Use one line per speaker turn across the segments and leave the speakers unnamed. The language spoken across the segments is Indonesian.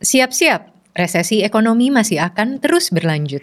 Siap-siap, resesi ekonomi masih akan terus berlanjut.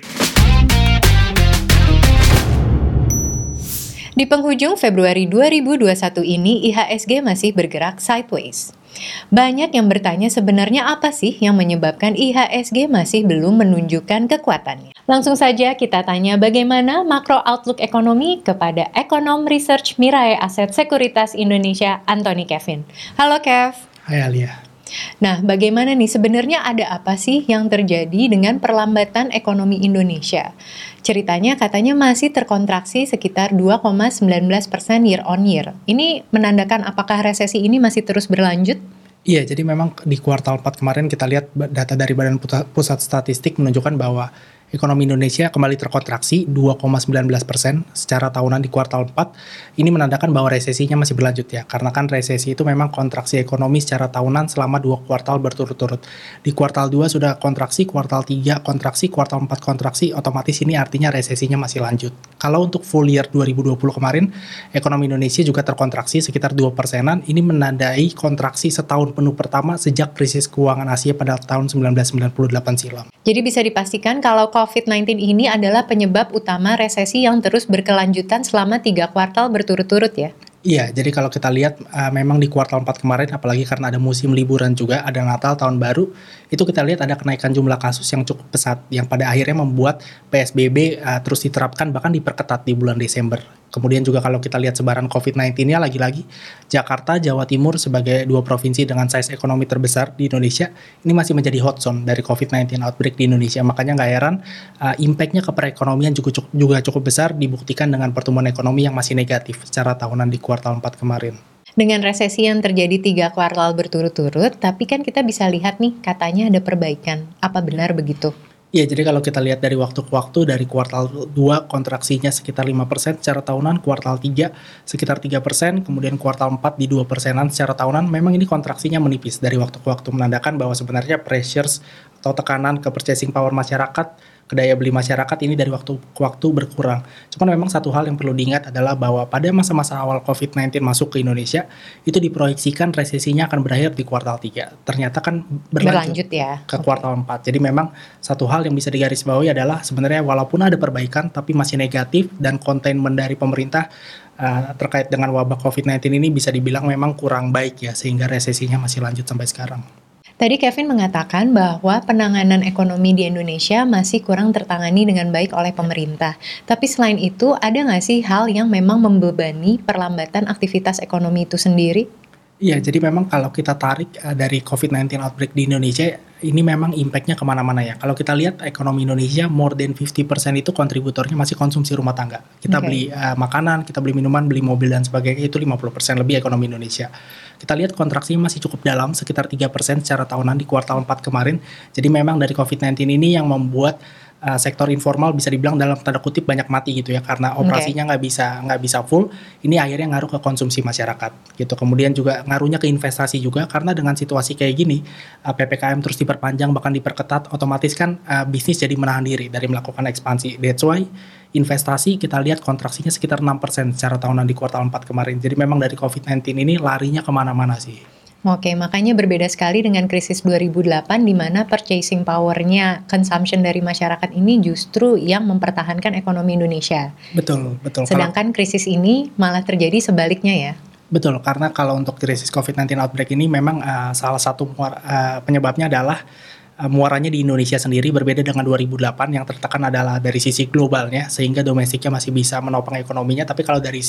Di penghujung Februari 2021 ini, IHSG masih bergerak sideways. Banyak yang bertanya sebenarnya apa sih yang menyebabkan IHSG masih belum menunjukkan kekuatannya. Langsung saja kita tanya bagaimana makro outlook ekonomi kepada ekonom research Mirae Asset Sekuritas Indonesia, Anthony Kevin. Halo Kev.
Hai Alia.
Nah, bagaimana nih sebenarnya ada apa sih yang terjadi dengan perlambatan ekonomi Indonesia? Ceritanya katanya masih terkontraksi sekitar 2,19% year on year. Ini menandakan apakah resesi ini masih terus berlanjut?
Iya, jadi memang di kuartal 4 kemarin kita lihat data dari Badan Pusat Statistik menunjukkan bahwa ekonomi Indonesia kembali terkontraksi 2,19% secara tahunan di kuartal 4. Ini menandakan bahwa resesinya masih berlanjut ya, karena kan resesi itu memang kontraksi ekonomi secara tahunan selama 2 kuartal berturut-turut. Di kuartal 2 sudah kontraksi, kuartal 3 kontraksi, kuartal 4 kontraksi, otomatis ini artinya resesinya masih lanjut. Kalau untuk full year 2020 kemarin, ekonomi Indonesia juga terkontraksi sekitar 2%-an. Ini menandai kontraksi setahun penuh pertama sejak krisis keuangan Asia pada tahun 1998 silam.
Jadi bisa dipastikan kalau COVID-19 ini adalah penyebab utama resesi yang terus berkelanjutan selama 3 kuartal berturut-turut ya?
Iya, jadi kalau kita lihat memang di kuartal 4 kemarin, apalagi karena ada musim liburan juga, ada Natal, Tahun Baru, itu kita lihat ada kenaikan jumlah kasus yang cukup pesat, yang pada akhirnya membuat PSBB terus diterapkan, bahkan diperketat di bulan Desember. Kemudian juga kalau kita lihat sebaran COVID-19-nya lagi-lagi, Jakarta, Jawa Timur sebagai 2 provinsi dengan size ekonomi terbesar di Indonesia, ini masih menjadi hot zone dari COVID-19 outbreak di Indonesia. Makanya nggak heran, impact-nya ke perekonomian juga cukup besar, dibuktikan dengan pertumbuhan ekonomi yang masih negatif secara tahunan di kuartal 4 kemarin.
Dengan resesi yang terjadi 3 kuartal berturut-turut, tapi kan kita bisa lihat nih, katanya ada perbaikan. Apa benar begitu?
Iya, jadi kalau kita lihat dari waktu ke waktu, dari kuartal 2 kontraksinya sekitar 5% secara tahunan, kuartal 3 sekitar 3%, kemudian kuartal 4 di 2%-an secara tahunan, memang ini kontraksinya menipis dari waktu ke waktu, menandakan bahwa sebenarnya pressures atau tekanan ke purchasing power masyarakat, ke daya beli masyarakat ini dari waktu ke waktu berkurang. Cuman memang satu hal yang perlu diingat adalah bahwa pada masa-masa awal COVID-19 masuk ke Indonesia, itu diproyeksikan resesinya akan berakhir di kuartal 3. Ternyata kan berlanjut ya ke kuartal 4. Jadi memang satu hal yang bisa digarisbawahi adalah sebenarnya walaupun ada perbaikan tapi masih negatif, dan containment dari pemerintah terkait dengan wabah COVID-19 ini bisa dibilang memang kurang baik ya, sehingga resesinya masih lanjut sampai sekarang.
Tadi Kevin mengatakan bahwa penanganan ekonomi di Indonesia masih kurang tertangani dengan baik oleh pemerintah. Tapi selain itu, ada nggak sih hal yang memang membebani perlambatan aktivitas ekonomi itu sendiri?
Iya, jadi memang kalau kita tarik dari COVID-19 outbreak di Indonesia, ini memang impact-nya kemana-mana ya. Kalau kita lihat ekonomi Indonesia, more than 50% itu kontributornya masih konsumsi rumah tangga. Kita beli makanan, kita beli minuman, beli mobil dan sebagainya, itu 50% lebih ekonomi Indonesia. Kita lihat kontraksinya masih cukup dalam, sekitar 3% secara tahunan di kuartal 4 kemarin. Jadi memang dari COVID-19 ini yang membuat sektor informal bisa dibilang dalam tanda kutip banyak mati gitu ya, karena operasinya nggak bisa full. Ini akhirnya ngaruh ke konsumsi masyarakat gitu. Kemudian juga ngaruhnya ke investasi juga, karena dengan situasi kayak gini PPKM terus diperpanjang bahkan diperketat, otomatis kan bisnis jadi menahan diri dari melakukan ekspansi. That's why investasi kita lihat kontraksinya sekitar 6% secara tahunan di kuartal 4 kemarin. Jadi memang dari COVID-19 ini larinya kemana-mana sih.
Oke, makanya berbeda sekali dengan krisis 2008 di mana purchasing power-nya, consumption dari masyarakat ini justru yang mempertahankan ekonomi Indonesia.
Betul.
Sedangkan krisis ini malah terjadi sebaliknya ya.
Betul, karena kalau untuk krisis COVID-19 outbreak ini memang salah satu penyebabnya adalah muaranya di Indonesia sendiri, berbeda dengan 2008 yang tertekan adalah dari sisi globalnya, sehingga domestiknya masih bisa menopang ekonominya. Tapi kalau dari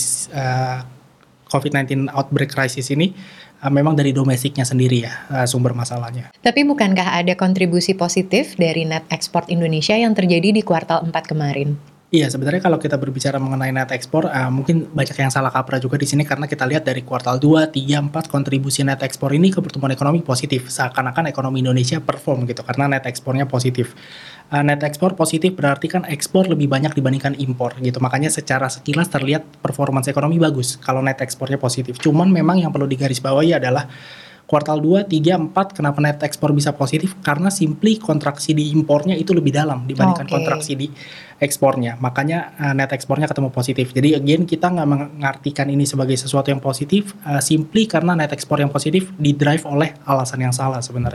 COVID-19 outbreak crisis ini memang dari domestiknya sendiri ya sumber masalahnya.
Tapi bukankah ada kontribusi positif dari net ekspor Indonesia yang terjadi di kuartal 4 kemarin?
Iya, sebenarnya kalau kita berbicara mengenai net ekspor, mungkin banyak yang salah kaprah juga di sini, karena kita lihat dari kuartal 2, 3, 4 kontribusi net ekspor ini ke pertumbuhan ekonomi positif. Seakan-akan ekonomi Indonesia perform gitu karena net ekspornya positif. Net ekspor positif berarti kan ekspor lebih banyak dibandingkan impor gitu. Makanya secara sekilas terlihat performance ekonomi bagus kalau net ekspornya positif. Cuman memang yang perlu digarisbawahi adalah kuartal 2, 3, 4 kenapa net ekspor bisa positif? Karena simply kontraksi di impornya itu lebih dalam dibandingkan kontraksi di ekspornya. Makanya net ekspornya ketemu positif. Jadi again kita nggak mengartikan ini sebagai sesuatu yang positif, simply karena net ekspor yang positif didrive oleh alasan yang salah sebenarnya.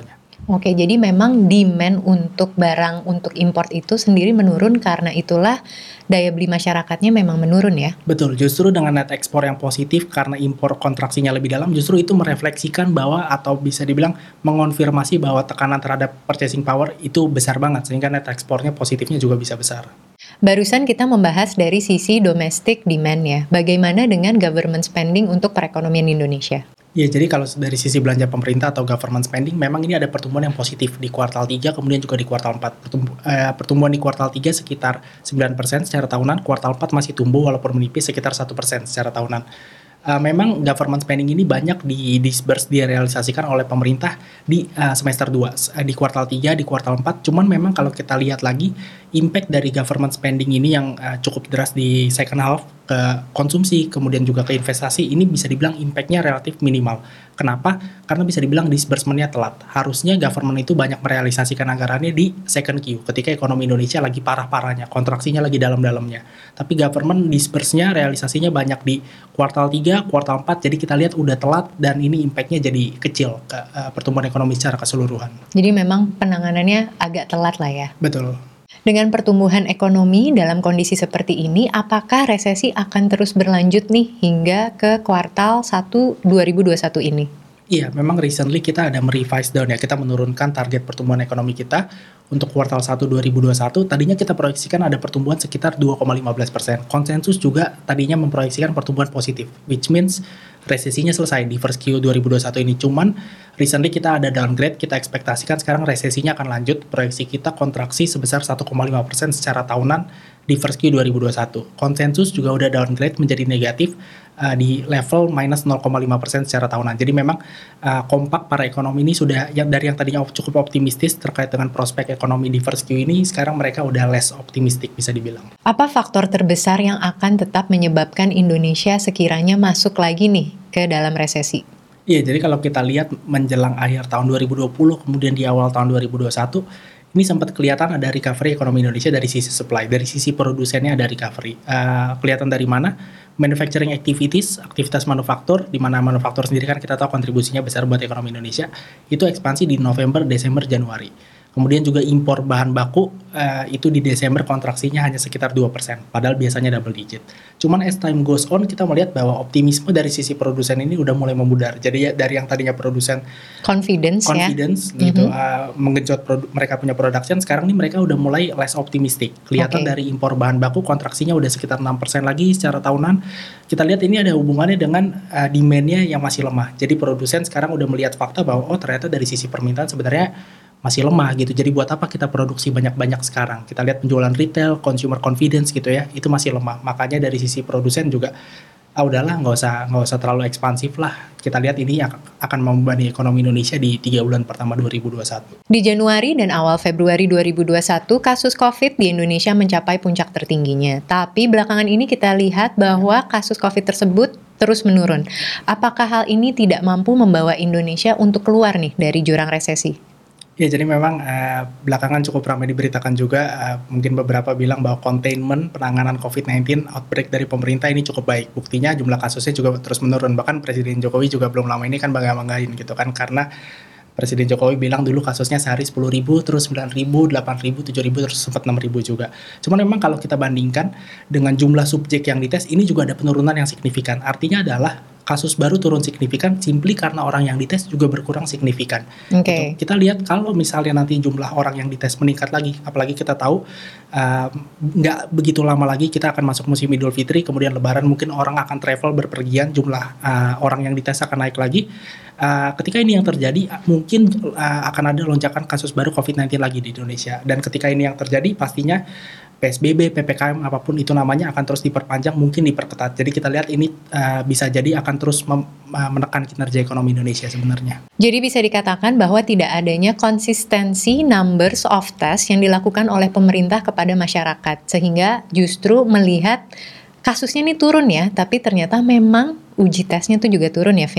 Oke, jadi memang demand untuk barang untuk import itu sendiri menurun karena itulah daya beli masyarakatnya memang menurun ya?
Betul, justru dengan net ekspor yang positif karena impor kontraksinya lebih dalam, justru itu merefleksikan bahwa atau bisa dibilang mengonfirmasi bahwa tekanan terhadap purchasing power itu besar banget, sehingga net ekspornya positifnya juga bisa besar.
Barusan kita membahas dari sisi domestic demand ya. Bagaimana dengan government spending untuk perekonomian Indonesia?
Ya, jadi kalau dari sisi belanja pemerintah atau government spending, memang ini ada pertumbuhan yang positif di kuartal 3, kemudian juga di kuartal 4. Pertumbuhan di kuartal 3 sekitar 9% secara tahunan, kuartal 4 masih tumbuh walaupun menipis sekitar 1% secara tahunan. Memang government spending ini banyak direalisasikan oleh pemerintah di semester 2, di kuartal 3, di kuartal 4. Cuman memang kalau kita lihat lagi, impact dari government spending ini yang cukup deras di second half ke konsumsi, kemudian juga ke investasi, ini bisa dibilang impact-nya relatif minimal. Kenapa? Karena bisa dibilang disbursement-nya telat. Harusnya government itu banyak merealisasikan anggarannya di second Q, ketika ekonomi Indonesia lagi parah-parahnya, kontraksinya lagi dalam-dalamnya. Tapi government disburse-nya, realisasinya banyak di kuartal 3, kuartal 4, jadi kita lihat udah telat dan ini impact-nya jadi kecil ke pertumbuhan ekonomi secara keseluruhan.
Jadi memang penanganannya agak telat lah ya?
Betul.
Dengan pertumbuhan ekonomi dalam kondisi seperti ini, apakah resesi akan terus berlanjut nih hingga ke kuartal 1 2021 ini?
Iya, memang recently kita ada merevise down ya, kita menurunkan target pertumbuhan ekonomi kita untuk kuartal 1 2021. Tadinya kita proyeksikan ada pertumbuhan sekitar 2,15%. Konsensus juga tadinya memproyeksikan pertumbuhan positif, which means resesinya selesai di first Q 2021 ini. Cuman recently kita ada downgrade, kita ekspektasikan sekarang resesinya akan lanjut. Proyeksi kita kontraksi sebesar 1,5% secara tahunan di first Q 2021. Konsensus juga udah downgrade menjadi negatif di level minus 0,5% secara tahunan. Jadi memang kompak para ekonomi ini sudah dari yang tadinya cukup optimistis terkait dengan prospek ekonomi di first Q ini, sekarang mereka udah less optimistic bisa dibilang.
Apa faktor terbesar yang akan tetap menyebabkan Indonesia sekiranya masuk lagi nih ke dalam resesi?
Iya, jadi kalau kita lihat menjelang akhir tahun 2020, kemudian di awal tahun 2021, ini sempat kelihatan ada recovery ekonomi Indonesia dari sisi supply, dari sisi produsennya ada recovery. Kelihatan dari mana? Manufacturing activities, aktivitas manufaktur, di mana manufaktur sendiri kan kita tahu kontribusinya besar buat ekonomi Indonesia, itu ekspansi di November, Desember, Januari. Kemudian juga impor bahan baku, itu di Desember kontraksinya hanya sekitar 2%, padahal biasanya double digit. Cuman as time goes on, kita melihat bahwa optimisme dari sisi produsen ini udah mulai memudar. Jadi ya dari yang tadinya produsen
Confidence ya?
gitu, menggenjot mereka punya production, sekarang nih mereka udah mulai less optimistic. Kelihatan dari impor bahan baku kontraksinya udah sekitar 6% lagi secara tahunan. Kita lihat ini ada hubungannya dengan demand-nya yang masih lemah. Jadi produsen sekarang udah melihat fakta bahwa ternyata dari sisi permintaan sebenarnya masih lemah gitu. Jadi buat apa kita produksi banyak-banyak sekarang? Kita lihat penjualan retail, consumer confidence gitu ya, itu masih lemah. Makanya dari sisi produsen juga udahlah nggak usah terlalu ekspansif lah. Kita lihat ini akan membebani ekonomi Indonesia di 3 bulan pertama 2021.
Di Januari dan awal Februari 2021, kasus COVID di Indonesia mencapai puncak tertingginya. Tapi belakangan ini kita lihat bahwa kasus COVID tersebut terus menurun. Apakah hal ini tidak mampu membawa Indonesia untuk keluar nih dari jurang resesi?
Ya, jadi memang belakangan cukup ramai diberitakan juga, mungkin beberapa bilang bahwa containment penanganan COVID-19 outbreak dari pemerintah ini cukup baik. Buktinya jumlah kasusnya juga terus menurun. Bahkan Presiden Jokowi juga belum lama ini kan bangga-banggain gitu kan, karena Presiden Jokowi bilang dulu kasusnya sehari 10.000, terus 9.000, 8.000, 7.000, terus sempat 6.000 juga. Cuman memang kalau kita bandingkan dengan jumlah subjek yang dites, ini juga ada penurunan yang signifikan. Artinya adalah kasus baru turun signifikan simply karena orang yang dites juga berkurang signifikan.
Okay.
Gitu. Kita lihat kalau misalnya nanti jumlah orang yang dites meningkat lagi, apalagi kita tahu nggak begitu lama lagi kita akan masuk musim Idul Fitri, kemudian Lebaran, mungkin orang akan travel berpergian, jumlah orang yang dites akan naik lagi. Ketika ini yang terjadi, mungkin akan ada lonjakan kasus baru COVID-19 lagi di Indonesia. Dan ketika ini yang terjadi, pastinya PSBB, PPKM, apapun itu namanya akan terus diperpanjang, mungkin diperketat. Jadi kita lihat ini bisa jadi akan terus menekan kinerja ekonomi Indonesia sebenarnya.
Jadi bisa dikatakan bahwa tidak adanya konsistensi numbers of test yang dilakukan oleh pemerintah kepada masyarakat. Sehingga justru melihat kasusnya ini turun ya, tapi ternyata memang uji tesnya itu juga turun ya, Vin ya?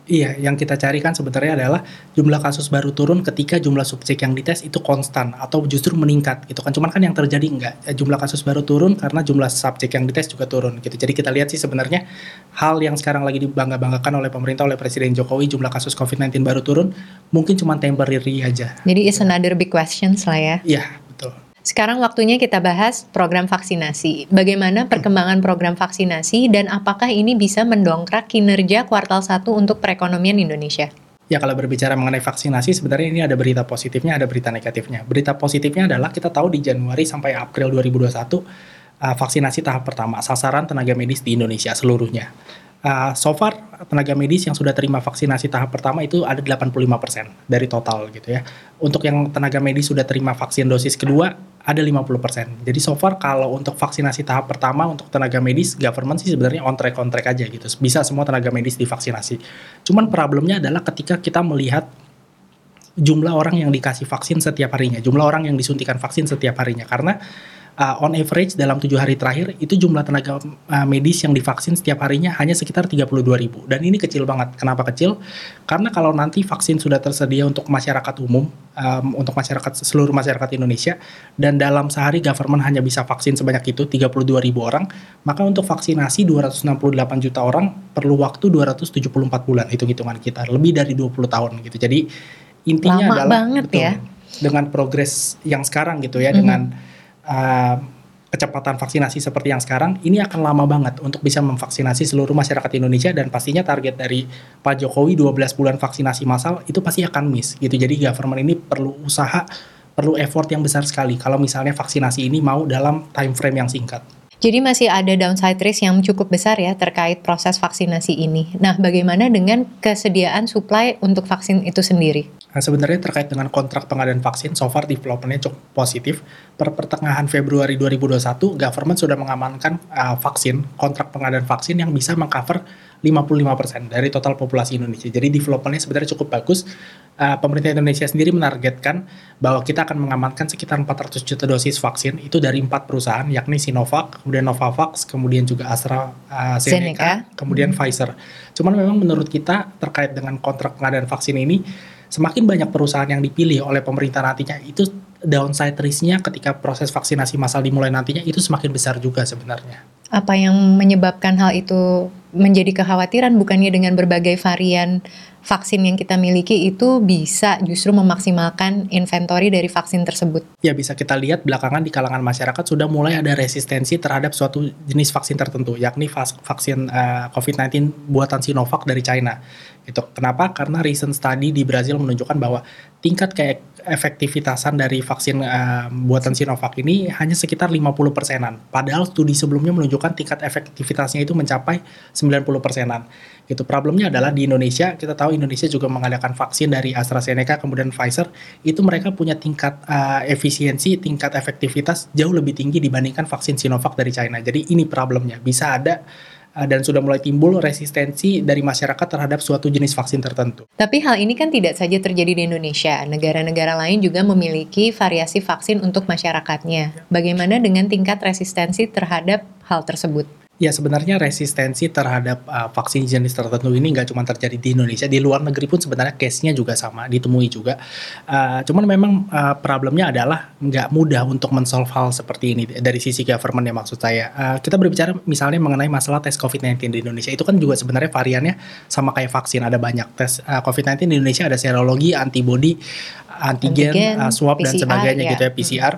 Iya, yang kita cari kan sebenarnya adalah jumlah kasus baru turun ketika jumlah subjek yang dites itu konstan atau justru meningkat gitu kan. Cuman kan yang terjadi enggak, jumlah kasus baru turun karena jumlah subjek yang dites juga turun gitu. Jadi kita lihat sih sebenarnya hal yang sekarang lagi dibangga-banggakan oleh pemerintah, oleh Presiden Jokowi, jumlah kasus COVID-19 baru turun, mungkin cuma temporary aja.
Jadi it's another big questions lah ya.
Iya, betul.
Sekarang waktunya kita bahas program vaksinasi. Bagaimana perkembangan program vaksinasi dan apakah ini bisa mendongkrak kinerja kuartal 1 untuk perekonomian Indonesia?
Ya kalau berbicara mengenai vaksinasi sebenarnya ini ada berita positifnya, ada berita negatifnya. Berita positifnya adalah kita tahu di Januari sampai April 2021 vaksinasi tahap pertama sasaran tenaga medis di Indonesia seluruhnya. So far tenaga medis yang sudah terima vaksinasi tahap pertama itu ada 85% dari total gitu ya. Untuk yang tenaga medis sudah terima vaksin dosis kedua ada 50%. Jadi so far kalau untuk vaksinasi tahap pertama untuk tenaga medis, government sih sebenarnya on track aja gitu. Bisa semua tenaga medis divaksinasi. Cuman problemnya adalah ketika kita melihat jumlah orang yang dikasih vaksin setiap harinya, jumlah orang yang disuntikan vaksin setiap harinya, karena on average dalam 7 hari terakhir itu jumlah tenaga medis yang divaksin setiap harinya hanya sekitar 32.000 dan ini kecil banget. Kenapa kecil? Karena kalau nanti vaksin sudah tersedia untuk masyarakat umum, untuk seluruh masyarakat Indonesia, dan dalam sehari government hanya bisa vaksin sebanyak itu 32.000 orang, maka untuk vaksinasi 268 juta orang perlu waktu 274 bulan, hitung-hitungan kita lebih dari 20 tahun gitu. Jadi intinya
lama
adalah
banget
betul,
ya.
dengan progres yang sekarang gitu ya, dengan kecepatan vaksinasi seperti yang sekarang, ini akan lama banget untuk bisa memvaksinasi seluruh masyarakat Indonesia, dan pastinya target dari Pak Jokowi 12 bulan vaksinasi massal itu pasti akan miss gitu. Jadi government ini perlu usaha, perlu effort yang besar sekali kalau misalnya vaksinasi ini mau dalam time frame yang singkat.
Jadi masih ada downside risk yang cukup besar ya terkait proses vaksinasi ini. Nah, bagaimana dengan kesediaan supply untuk vaksin itu sendiri?
Nah, sebenarnya terkait dengan kontrak pengadaan vaksin, so far development-nya cukup positif. Per pertengahan Februari 2021, government sudah mengamankan kontrak pengadaan vaksin yang bisa mengcover 55% dari total populasi Indonesia. Jadi development-nya sebenarnya cukup bagus. Pemerintah Indonesia sendiri menargetkan bahwa kita akan mengamankan sekitar 400 juta dosis vaksin itu dari 4 perusahaan, yakni Sinovac, kemudian Novavax, kemudian juga AstraZeneca, kemudian Pfizer. Cuman memang menurut kita terkait dengan kontrak pengadaan vaksin ini, semakin banyak perusahaan yang dipilih oleh pemerintah nantinya, itu downside risk-nya ketika proses vaksinasi massal dimulai nantinya itu semakin besar juga sebenarnya.
Apa yang menyebabkan hal itu menjadi kekhawatiran? Bukannya dengan berbagai varian vaksin yang kita miliki itu bisa justru memaksimalkan inventory dari vaksin tersebut?
Ya, bisa kita lihat belakangan di kalangan masyarakat sudah mulai ada resistensi terhadap suatu jenis vaksin tertentu, yakni vaksin COVID-19 buatan Sinovac dari China. Itu kenapa? Karena recent study di Brazil menunjukkan bahwa tingkat keefektivitasan dari vaksin buatan Sinovac ini hanya sekitar 50%-an. Padahal studi sebelumnya menunjukkan tingkat efektivitasnya itu mencapai 90%-an. Gitu. Problemnya adalah di Indonesia, kita tahu Indonesia juga mengadakan vaksin dari AstraZeneca kemudian Pfizer, itu mereka punya tingkat efisiensi, tingkat efektivitas jauh lebih tinggi dibandingkan vaksin Sinovac dari China. Jadi ini problemnya, bisa ada dan sudah mulai timbul resistensi dari masyarakat terhadap suatu jenis vaksin tertentu.
Tapi hal ini kan tidak saja terjadi di Indonesia. Negara-negara lain juga memiliki variasi vaksin untuk masyarakatnya. Bagaimana dengan tingkat resistensi terhadap hal tersebut?
Ya, sebenarnya resistensi terhadap vaksin jenis tertentu ini nggak cuma terjadi di Indonesia, di luar negeri pun sebenarnya case-nya juga sama, ditemui juga. Cuman memang problemnya adalah nggak mudah untuk men-solve hal seperti ini dari sisi government ya, maksud saya. Kita berbicara misalnya mengenai masalah tes COVID-19 di Indonesia, itu kan juga sebenarnya variannya sama kayak vaksin, ada banyak. Tes COVID-19 di Indonesia ada serologi, antibody, antigen, swab, PCR, dan sebagainya ya. Gitu ya, PCR.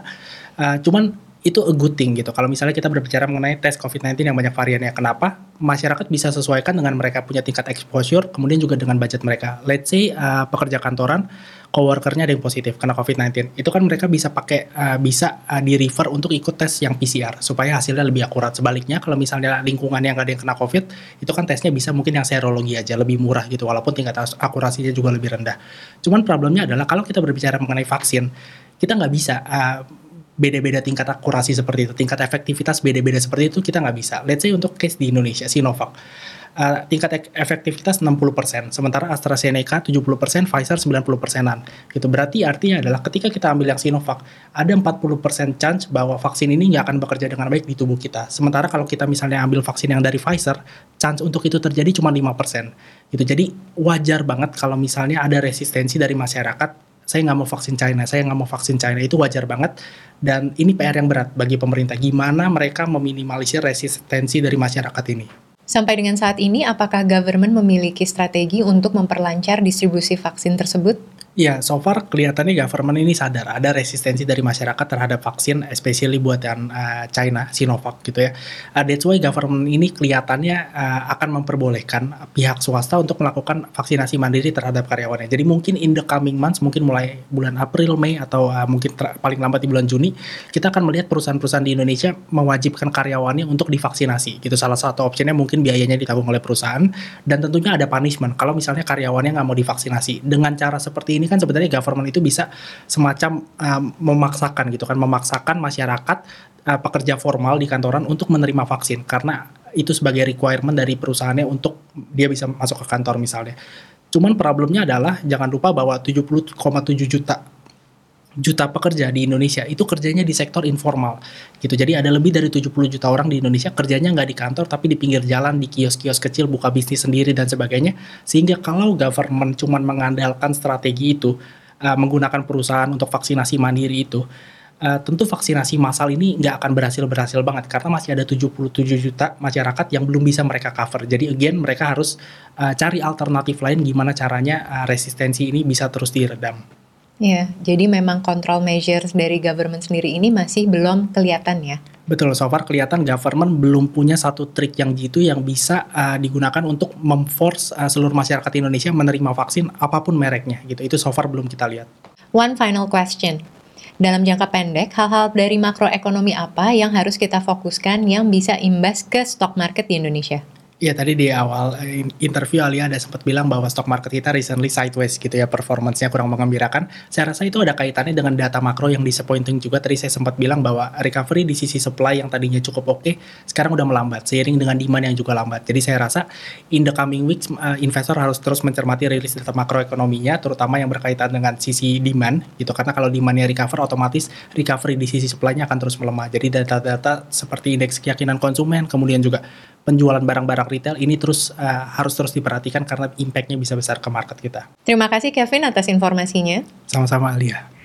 Cuman itu a good thing gitu. Kalau misalnya kita berbicara mengenai tes COVID-19 yang banyak variannya, kenapa? Masyarakat bisa sesuaikan dengan mereka punya tingkat exposure, kemudian juga dengan budget mereka. Let's say pekerja kantoran, coworkernya ada yang positif kena COVID-19. Itu kan mereka bisa pakai, di-refer untuk ikut tes yang PCR, supaya hasilnya lebih akurat. Sebaliknya, kalau misalnya lingkungan yang nggak ada yang kena COVID, itu kan tesnya bisa mungkin yang serologi aja, lebih murah gitu, walaupun tingkat akurasinya juga lebih rendah. Cuman problemnya adalah kalau kita berbicara mengenai vaksin, kita nggak bisa beda-beda tingkat akurasi seperti itu, tingkat efektivitas beda-beda seperti itu kita nggak bisa. Let's say untuk case di Indonesia, Sinovac. tingkat efektivitas 60%, sementara AstraZeneca 70%, Pfizer 90%-an. Gitu. Berarti artinya adalah ketika kita ambil yang Sinovac, ada 40% chance bahwa vaksin ini nggak akan bekerja dengan baik di tubuh kita. Sementara kalau kita misalnya ambil vaksin yang dari Pfizer, chance untuk itu terjadi cuma 5%. Gitu. Jadi wajar banget kalau misalnya ada resistensi dari masyarakat, saya nggak mau vaksin China, saya nggak mau vaksin China, itu wajar banget. Dan ini PR yang berat bagi pemerintah, gimana mereka meminimalisir resistensi dari masyarakat ini.
Sampai dengan saat ini, apakah government memiliki strategi untuk memperlancar distribusi vaksin tersebut?
Ya, so far kelihatannya government ini sadar ada resistensi dari masyarakat terhadap vaksin, especially buat yang China, Sinovac gitu ya. That's why government ini kelihatannya akan memperbolehkan pihak swasta untuk melakukan vaksinasi mandiri terhadap karyawannya. Jadi mungkin in the coming months, mungkin mulai bulan April, Mei, atau mungkin paling lambat di bulan Juni, kita akan melihat perusahaan-perusahaan di Indonesia mewajibkan karyawannya untuk divaksinasi. Gitu, salah satu opsinya mungkin biayanya ditanggung oleh perusahaan, dan tentunya ada punishment kalau misalnya karyawannya nggak mau divaksinasi. Dengan cara seperti ini kan sebenarnya government itu bisa semacam memaksakan gitu kan, memaksakan masyarakat pekerja formal di kantoran untuk menerima vaksin karena itu sebagai requirement dari perusahaannya untuk dia bisa masuk ke kantor misalnya. Cuman problemnya adalah jangan lupa bahwa 70,7 juta pekerja di Indonesia itu kerjanya di sektor informal gitu. Jadi ada lebih dari 70 juta orang di Indonesia kerjanya nggak di kantor tapi di pinggir jalan, di kios-kios kecil, buka bisnis sendiri dan sebagainya. Sehingga kalau government cuman mengandalkan strategi itu, menggunakan perusahaan untuk vaksinasi mandiri itu, tentu vaksinasi massal ini nggak akan berhasil banget karena masih ada 77 juta masyarakat yang belum bisa mereka cover. Jadi again mereka harus cari alternatif lain gimana caranya resistensi ini bisa terus diredam.
Ya, jadi memang control measures dari government sendiri ini masih belum kelihatan ya?
Betul, so far kelihatan government belum punya satu trik yang jitu yang bisa digunakan untuk memforce seluruh masyarakat Indonesia menerima vaksin apapun mereknya gitu. Itu so far belum kita lihat.
One final question. Dalam jangka pendek, hal-hal dari makroekonomi apa yang harus kita fokuskan yang bisa imbas ke stock market di Indonesia?
Ya tadi di awal interview Alia ada sempat bilang bahwa stock market kita recently sideways gitu ya, performance-nya kurang mengembirakan. Saya rasa itu ada kaitannya dengan data makro yang disappointing juga. Tadi saya sempat bilang bahwa recovery di sisi supply yang tadinya cukup oke, sekarang udah melambat seiring dengan demand yang juga lambat. Jadi saya rasa in the coming weeks investor harus terus mencermati rilis data makroekonominya, terutama yang berkaitan dengan sisi demand gitu, karena kalau demandnya recover otomatis recovery di sisi supply-nya akan terus melemah. Jadi data-data seperti indeks keyakinan konsumen, kemudian juga penjualan barang-barang retail ini harus terus diperhatikan karena impact-nya bisa besar ke market kita.
Terima kasih Kevin atas informasinya.
Sama-sama Alia.